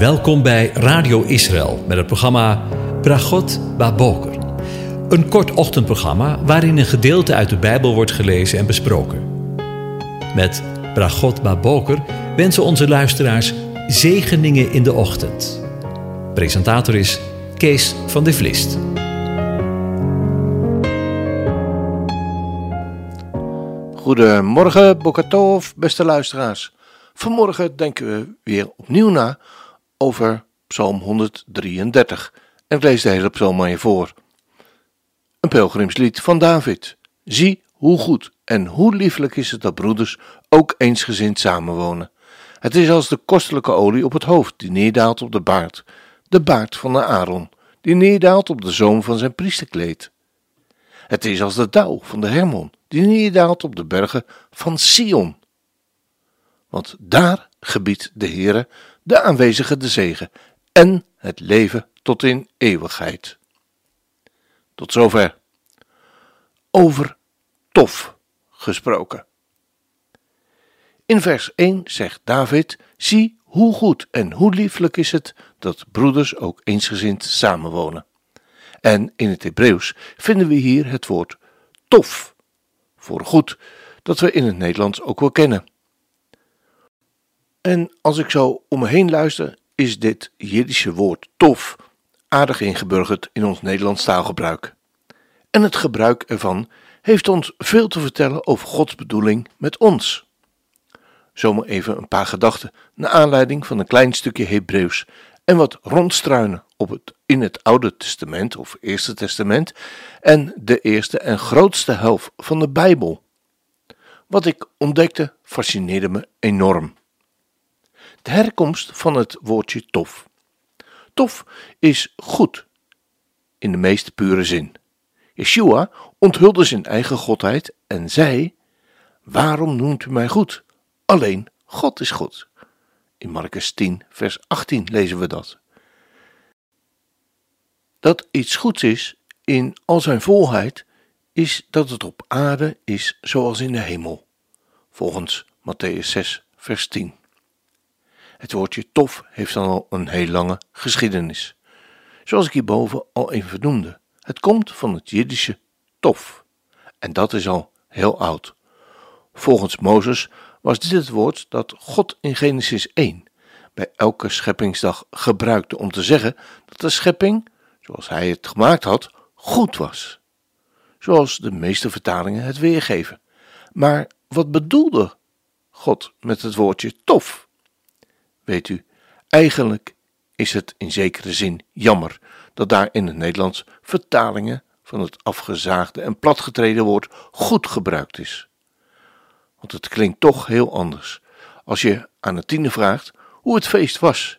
Welkom bij Radio Israël met het programma Brachot Baboker. Een kort ochtendprogramma waarin een gedeelte uit de Bijbel wordt gelezen en besproken. Met Brachot Baboker wensen onze luisteraars zegeningen in de ochtend. Presentator is Kees van de Vlist. Goedemorgen, Boker Tov, beste luisteraars. Vanmorgen denken we weer opnieuw na over Psalm 133. En ik lees de hele psalm aan je voor. Een pelgrimslied van David. Zie hoe goed en hoe lieflijk is het dat broeders ook eensgezind samenwonen. Het is als de kostelijke olie op het hoofd die neerdaalt op de baard van de Aaron, die neerdaalt op de zoom van zijn priesterkleed. Het is als de dauw van de Hermon, die neerdaalt op de bergen van Sion. Want daar gebiedt de Heere de aanwezige de zegen en het leven tot in eeuwigheid. Tot zover. Over tof gesproken. In vers 1 zegt David: zie hoe goed en hoe lieflijk is het dat broeders ook eensgezind samenwonen. En in het Hebreeuws vinden we hier het woord tof, voor goed, dat we in het Nederlands ook wel kennen. En als ik zo om me heen luister, is dit Jiddische woord tof aardig ingeburgerd in ons Nederlands taalgebruik. En het gebruik ervan heeft ons veel te vertellen over Gods bedoeling met ons. Zomaar even een paar gedachten naar aanleiding van een klein stukje Hebreeuws en wat rondstruinen in het Oude Testament of Eerste Testament en de eerste en grootste helft van de Bijbel. Wat ik ontdekte fascineerde me enorm. De herkomst van het woordje tof. Tof is goed, in de meest pure zin. Yeshua onthulde zijn eigen godheid en zei: waarom noemt u mij goed? Alleen God is goed. In Marcus 10 vers 18 lezen we dat. Dat iets goeds is in al zijn volheid, is dat het op aarde is zoals in de hemel. Volgens Mattheüs 6 vers 10. Het woordje tof heeft dan al een heel lange geschiedenis. Zoals ik hierboven al even vernoemde. Het komt van het Jiddische tof. En dat is al heel oud. Volgens Mozes was dit het woord dat God in Genesis 1 bij elke scheppingsdag gebruikte om te zeggen dat de schepping, zoals hij het gemaakt had, goed was. Zoals de meeste vertalingen het weergeven. Maar wat bedoelde God met het woordje tof? Weet u, eigenlijk is het in zekere zin jammer dat daar in het Nederlands vertalingen van het afgezaagde en platgetreden woord goed gebruikt is. Want het klinkt toch heel anders als je aan een tiener vraagt hoe het feest was.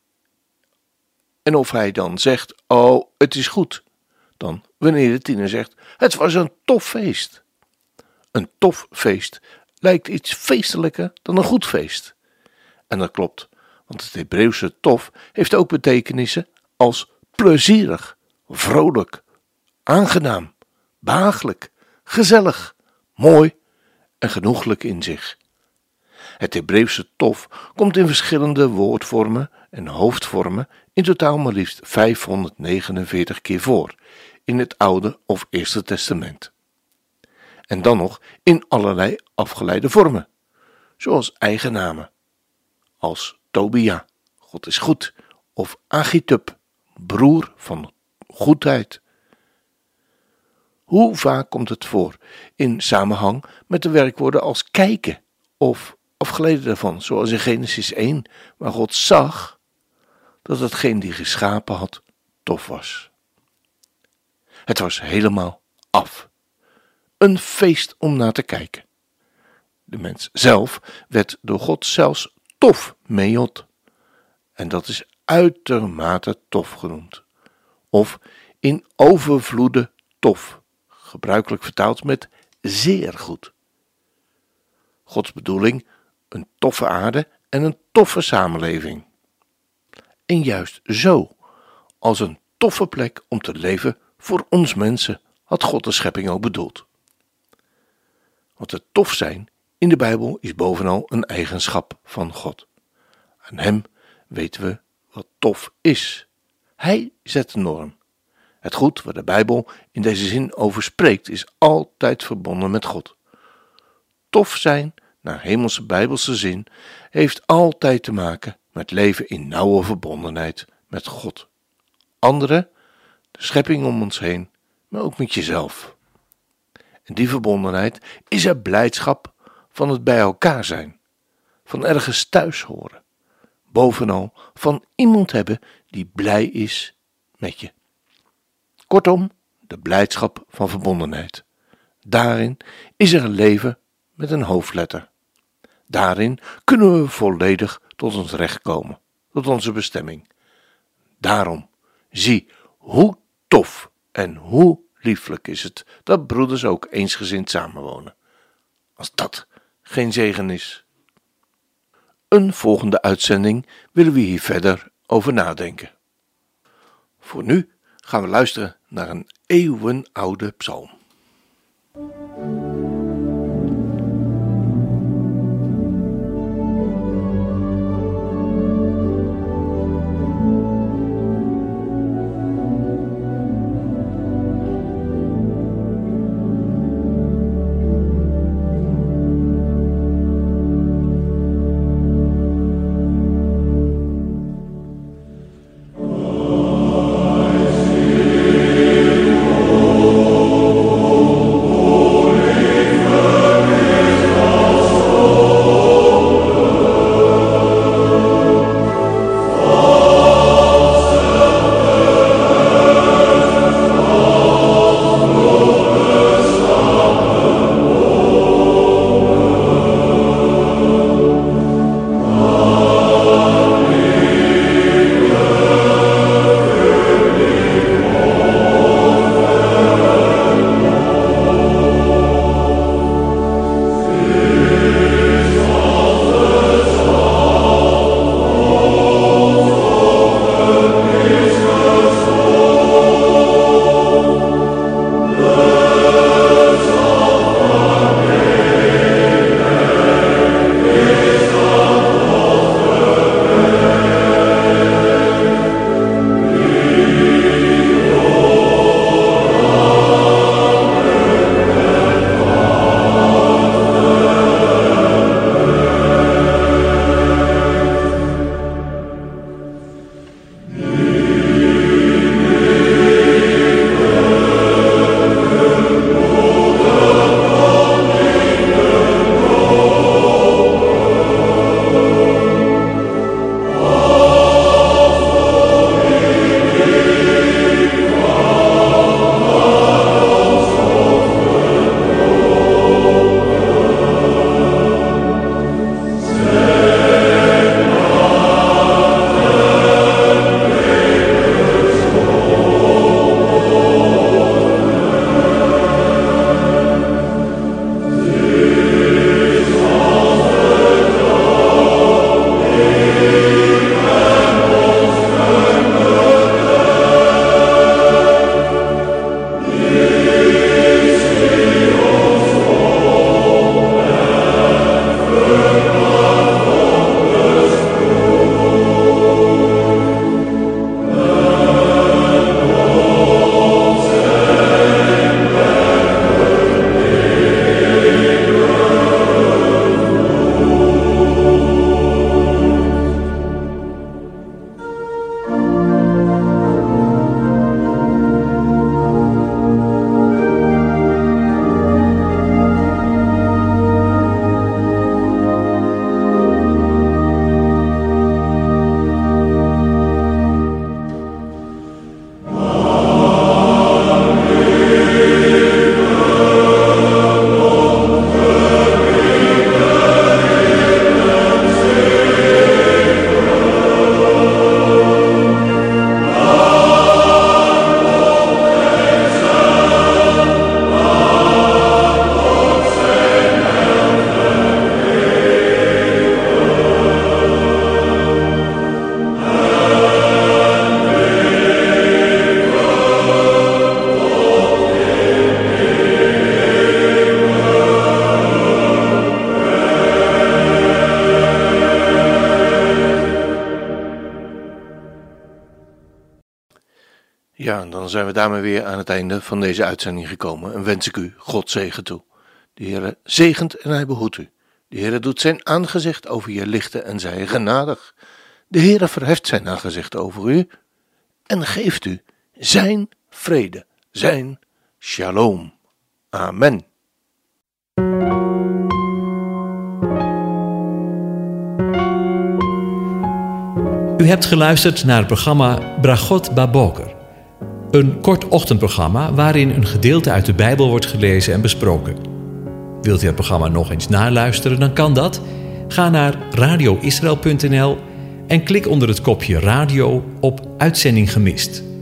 En of hij dan zegt: oh, het is goed. Dan wanneer de tiener zegt: het was een tof feest. Een tof feest lijkt iets feestelijker dan een goed feest. En dat klopt, want het Hebreeuwse tof heeft ook betekenissen als plezierig, vrolijk, aangenaam, behagelijk, gezellig, mooi en genoeglijk in zich. Het Hebreeuwse tof komt in verschillende woordvormen en hoofdvormen in totaal maar liefst 549 keer voor in het Oude of Eerste Testament. En dan nog in allerlei afgeleide vormen, zoals eigennamen, als Tobia, God is goed, of Achitub, broer van goedheid. Hoe vaak komt het voor in samenhang met de werkwoorden als kijken of afgeleiden daarvan, zoals in Genesis 1, waar God zag dat hetgeen die geschapen had tof was. Het was helemaal af. Een feest om naar te kijken. De mens zelf werd door God zelfs tof meot. En dat is uitermate tof genoemd. Of in overvloede tof, gebruikelijk vertaald met zeer goed. Gods bedoeling: een toffe aarde en een toffe samenleving. En juist zo, als een toffe plek om te leven voor ons mensen, had God de schepping ook bedoeld. Want het tof zijn in de Bijbel is bovenal een eigenschap van God. Aan hem weten we wat tof is. Hij zet de norm. Het goed waar de Bijbel in deze zin over spreekt is altijd verbonden met God. Tof zijn, naar hemelse Bijbelse zin, heeft altijd te maken met leven in nauwe verbondenheid met God. Anderen, de schepping om ons heen, maar ook met jezelf. En die verbondenheid is er blijdschap van het bij elkaar zijn, van ergens thuis horen. Bovenal van iemand hebben die blij is met je. Kortom, de blijdschap van verbondenheid. Daarin is er een leven met een hoofdletter. Daarin kunnen we volledig tot ons recht komen, tot onze bestemming. Daarom, zie hoe tof en hoe lieflijk is het dat broeders ook eensgezind samenwonen. Als dat geen zegen is. Een volgende uitzending willen we hier verder over nadenken. Voor nu gaan we luisteren naar een eeuwenoude psalm. Ja, dan zijn we daarmee weer aan het einde van deze uitzending gekomen en wens ik u God zegen toe. De Heere zegent en hij behoedt u. De Heere doet zijn aangezicht over je lichten en zij genadig. De Heere verheft zijn aangezicht over u en geeft u zijn vrede, zijn shalom. Amen. U hebt geluisterd naar het programma Bragot Baboker. Een kort ochtendprogramma waarin een gedeelte uit de Bijbel wordt gelezen en besproken. Wilt u het programma nog eens naluisteren, dan kan dat. Ga naar radioisrael.nl en klik onder het kopje radio op Uitzending gemist.